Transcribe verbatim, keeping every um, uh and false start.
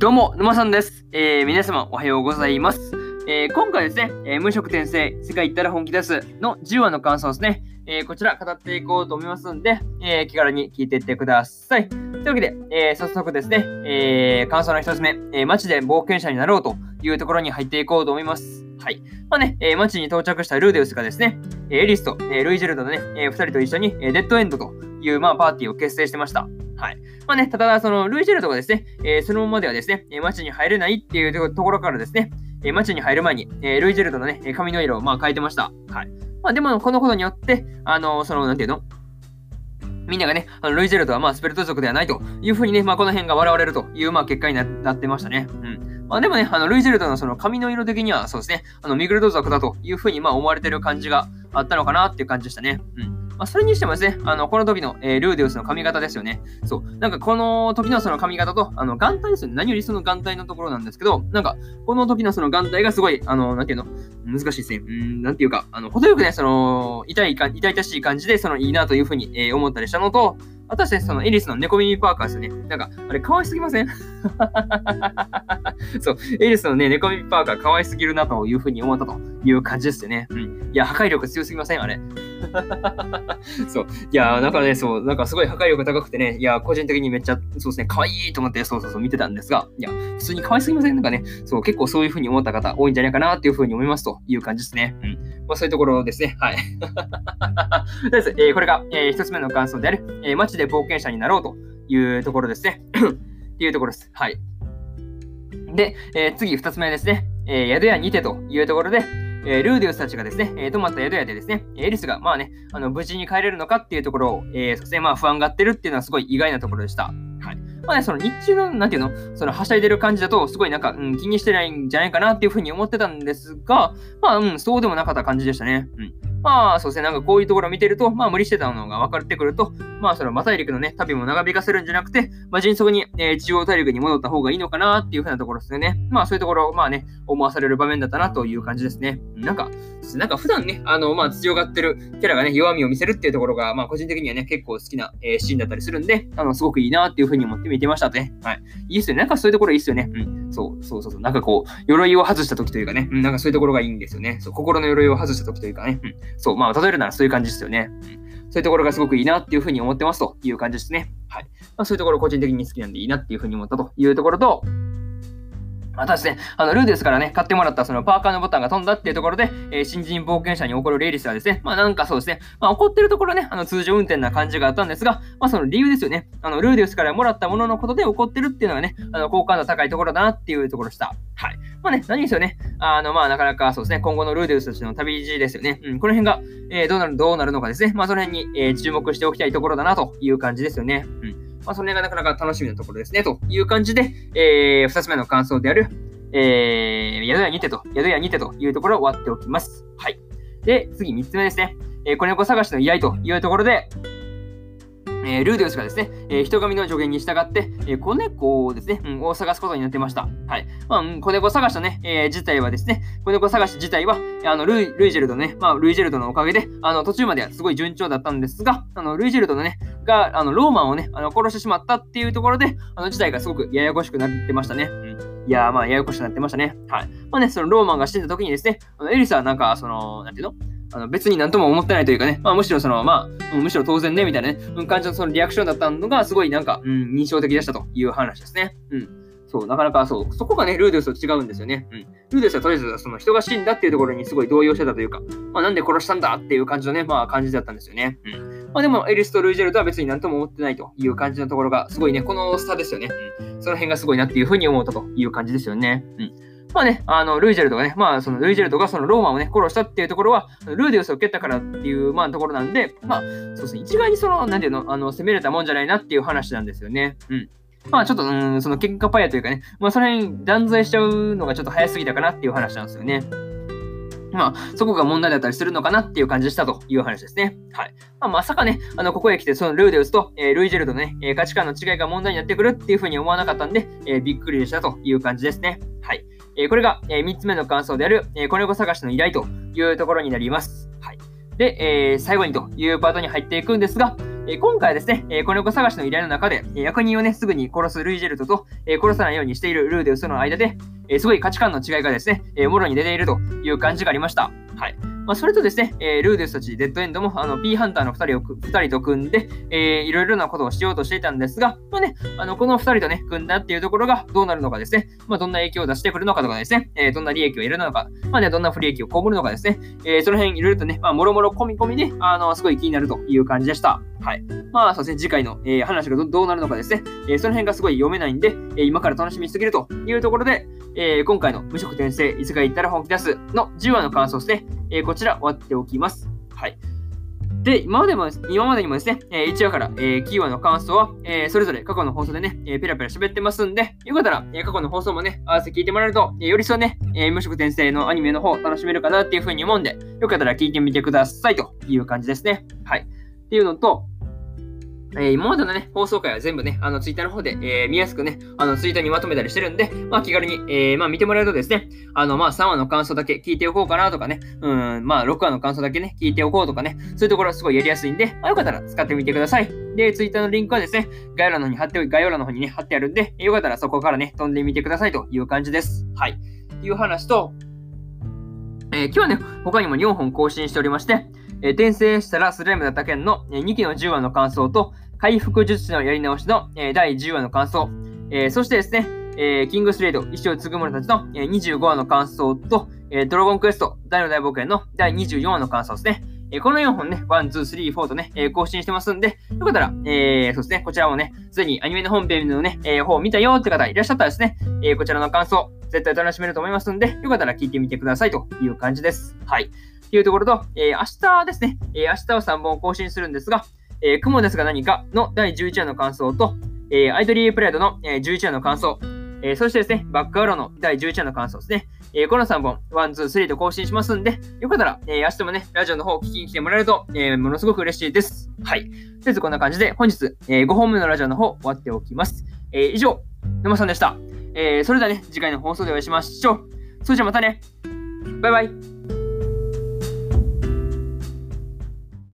どうも、沼さんです。えー、皆様おはようございます。えー、今回ですね、えー無職転生、世界行ったら本気出すのじゅうわの感想ですね。えーこちら語っていこうと思いますんで、えー気軽に聞いていってください。というわけで、えー早速ですね、えー感想の一つ目、えー街で冒険者になろうというところに入っていこうと思います。はい。まあね、えー街に到着したルーデウスがですね、えーエリスと、えールイジェルドのね、えー二人と一緒に、えーデッドエンドという、まあ、パーティーを結成してました。はい。まあね、ただ、その、ルイジェルドがですね、えーそのままではですね、えー街に入れないっていうところからですね、えー街に入る前に、えールイジェルドのね、髪の色をまあ変えてました。はい。まあでも、このことによって、あのーその、なんていうのみんながね、あのルイジェルドはまあスペルト族ではないというふうにね、まあこの辺が笑われるというまあ結果に な, なってましたね。うん。まあでもね、あのルイジェルドのその髪の色的にはそうですね、あのミグルド族だというふうにまあ思われてる感じがあったのかなっていう感じでしたね。うん。まあ、それにしてもですね、あの、この時の、えールーデウスの髪型ですよね。そう。なんかこの時のその髪型と、あの、眼帯ですよね。何よりその眼帯のところなんですけど、なんか、この時のその眼帯がすごい、あの、なんていうの、難しいですね。うん、なんていうか、あの、程よくね、その、痛いか、痛々しい感じで、その、いいなというふうに、えー思ったりしたのと、あとはですね、そのエリスの猫耳パーカーですよね。なんか、あれ、可愛すぎませんそう、エリスのね、猫耳パーカー可愛すぎるなというふうに思ったという感じですよね。うん。いや、破壊力強すぎませんあれ。そう。いやー、なんかね、そう、なんかすごい破壊力高くてね、いやー、個人的にめっちゃ、そうですね、可愛いと思って、そうそうそう見てたんですが、いや、普通に可愛すぎませんなんかね、そう、結構そういう風に思った方多いんじゃないかなっていう風に思いますという感じですね。うん。まあ、そういうところですね。はい。とりあえず、えーこれが、えー一つ目の感想である、えー街で冒険者になろうというところですね。っていうところです。はい。で、えー次二つ目ですね。えー宿屋にてというところで、えールーデウスたちがですね、えー泊まった宿屋でですね、エリスがまあね、あの無事に帰れるのかっていうところを、えー、そうですね、まあ不安がってるっていうのはすごい意外なところでした。はい。まあね、その日中の、なんていうの、そのはしゃいでる感じだと、すごいなんか、うん、気にしてないんじゃないかなっていうふうに思ってたんですが、まあ、うん、そうでもなかった感じでしたね。うん。まあ、そうですね、なんかこういうところを見てると、まあ無理してたのが分かってくると、まあそのマ大陸のね、旅も長引かせるんじゃなくて、まあ迅速に、えー中央大陸に戻った方がいいのかなっていうふうなところですよね。まあそういうところを、まあね、思わされる場面だったなという感じですね。なんか、なんか普段ね、あの、まあ強がってるキャラがね、弱みを見せるっていうところが、まあ個人的にはね、結構好きな、えーシーンだったりするんで、あの、すごくいいなっていうふうに思って見てましたね。はい。いいっすよね。なんかそういうところいいっすよね。うん。そう、そうそうそう。なんかこう、鎧を外した時というかね、うん、なんかそういうところがいいんですよね。そう、心の鎧を外した時というかね。うん。そう、まあ例えるならそういう感じですよね。うん。そういうところがすごくいいなっていうふうに思ってますという感じですね。はい。まあ、そういうところ個人的に好きなんでいいなっていうふうに思ったというところと、またですね、あのルーデウスからね、買ってもらったそのパーカーのボタンが飛んだっていうところで、えー新人冒険者に起こるレイリスはですね、まあなんかそうですね、まあ怒ってるところね、あの通常運転な感じがあったんですが、まあその理由ですよね、あのルーデウスからもらったもののことで怒ってるっていうのがね、あの好感度高いところだなっていうところでした。はい。まあね、何ですよね、あのまあなかなかそうですね、今後のルーデウスたちの旅路ですよね、うん、この辺が、えーどうなる、どうなるのかですね、まあその辺に、えー注目しておきたいところだなという感じですよね。うん。まあその辺がなかなか楽しみなところですね、という感じで、えー、二つ目の感想である、えー、宿屋にてと、宿屋にてというところを終わっておきます。はい。で、次みっつめですね。えー、子猫探しの依頼というところで、えー、ルーデウスがですね、えー、人神の助言に従って、えー、子猫をですね、うん、を探すことになってました。はい。まあ、うん、子猫探しのね、えー、自体はですね、子猫探し自体は、あのルイ、ルイジェルドのね、まあ、ルイジェルドのおかげで、あの、途中まではすごい順調だったんですが、あの、ルイジェルドのね、が、あの、ローマンをね、あの、殺してしまったっていうところで、あの、自体がすごくややこしくなってましたね。うん。いやー、まあ、ややこしくなってましたね。はい。まあね、そのローマンが死んだ時にですね、あのエリスはなんか、その、なんていうのあの別になんとも思ってないというかね、まあ、むしろその、まあ、むしろ当然ね、みたいなね、うん、感じのそのリアクションだったのが、すごいなんか、うん、印象的でしたという話ですね。うん。そう、なかなかそう、そこがね、ルーデウスと違うんですよね。うん。ルーデウスはとりあえず、その人が死んだっていうところにすごい動揺してたというか、まあ、なんで殺したんだっていう感じのね、まあ、感じだったんですよね。うん。まあ、でも、エリスとルイジェルとは別になんとも思ってないという感じのところが、すごいね、この差ですよね。うん。その辺がすごいなっていうふうに思ったという感じですよね。うん。まあね、あの、ルイジェルトがね、まあ、そのルイジェルトがそのローマをね、殺したっていうところは、ルーデウスを蹴ったからっていう、まあ、ところなんで、まあ、そうですね、一概にその、なんていうの、あの、責めれたもんじゃないなっていう話なんですよね。うん。まあ、ちょっと、うん、その結果パイアというかね、まあ、その辺断罪しちゃうのがちょっと早すぎたかなっていう話なんですよね。まあ、そこが問題だったりするのかなっていう感じでしたという話ですね。はい。まあ、まさかね、あの、ここへ来て、そのルーデウスと、えールイジェルトのね、えー価値観の違いが問題になってくるっていうふうに思わなかったんで、えーびっくりでしたという感じですね。はい。えーこれが、えーみっつめの感想である、えー子猫探しの依頼というところになります。はい。で、えー最後にというパートに入っていくんですが、ええー、今回はですね、えー、子猫探しの依頼の中で、えー、役人をね、すぐに殺すルイジェルトと、えー、殺さないようにしているルーデウスとの間で、えー、すごい価値観の違いがですね、えー、もろに出ているという感じがありました。はい。まあ、それとですね、えー、ルーデウスたち、デッドエンドも、あの、P ハンターのふたりを、ふたりと組んで、えー、いろいろなことをしようとしていたんですが、まあね、あの、このふたりとね、組んだっていうところがどうなるのかですね、まあ、どんな影響を出してくるのかとかですね、えー、どんな利益を得るのか、まあね、どんな不利益を被るのかですね、えー、その辺いろいろとね、まあ、もろもろ込み込みで、あの、すごい気になるという感じでした。はい。まあ、そうですね、次回の、えー、話が ど, どうなるのかですね、えー、その辺がすごい読めないんで、えー、今から楽しみすぎるというところで、えー、今回の無職転生、いつか行ったら本気出すのじゅうわの感想ですね、えー、こちら終わっておきます。はい。で、今までも、今までにもですね、えー、いちわから、えー、きゅうわの感想は、えー、それぞれ過去の放送でね、えー、ペラペラ喋ってますんで、よかったら、えー、過去の放送もね、合わせて聞いてもらえると、えー、よりそうね、えー、無職転生のアニメの方楽しめるかなっていうふうに思うんで、よかったら聞いてみてくださいという感じですね。はい。っていうのと、えー、今までのね、放送回は全部ね、あの、ツイッターの方で、えー、見やすくね、あの、ツイートにまとめたりしてるんで、まあ、気軽に、えー、まあ、見てもらえるとですね、あの、まあ、さんわの感想だけ聞いておこうかなとかね、うん、まあ、ろくわの感想だけね、聞いておこうとかね、そういうところはすごいやりやすいんで、まあ、よかったら使ってみてください。で、ツイッターのリンクはですね、概要欄の方に貼って、概要欄の方にね、貼ってあるんで、よかったらそこからね、飛んでみてくださいという感じです。はい。っていう話と、えー、今日はね、他にもよんほん更新しておりまして、えー、転生したらスライムだった件のにきのじゅうわの感想と、回復術師のやり直しの、えー、だいじゅうわの感想、えー、そしてですね、えー、キングスレイド、意志を継ぐ者たちの、えー、にじゅうごわの感想と、えー、ドラゴンクエスト、大の大冒険のだいにじゅうよんわの感想ですね。えー、このよんほんね、いち、に、さん、よんとね、えー、更新してますんで、よかったら、えー、そうですね、こちらもね、すでにアニメの本編のね、えー、方を見たよって方いらっしゃったらですね、えー、こちらの感想、絶対楽しめると思いますんで、よかったら聞いてみてくださいという感じです。はい。というところと、えー、明日ですね、えー、明日はさんぼん更新するんですが、えー、雲ですが何かのだいじゅういちわの感想と、えー、アイドリープライドの、えー、じゅういちわの感想、えー、そしてですね、バックアローのだいじゅういちわの感想ですね。えー、このさんぼん、いち、に、さんと更新しますんで、よかったら、えー、明日もね、ラジオの方を聞きに来てもらえると、えー、ものすごく嬉しいです。はい。とりあえずこんな感じで、本日、えー、ごほんめのラジオの方終わっておきます。えー、以上、沼さんでした。えー、それではね、次回の放送でお会いしましょう。それじゃまたね。バイバイ。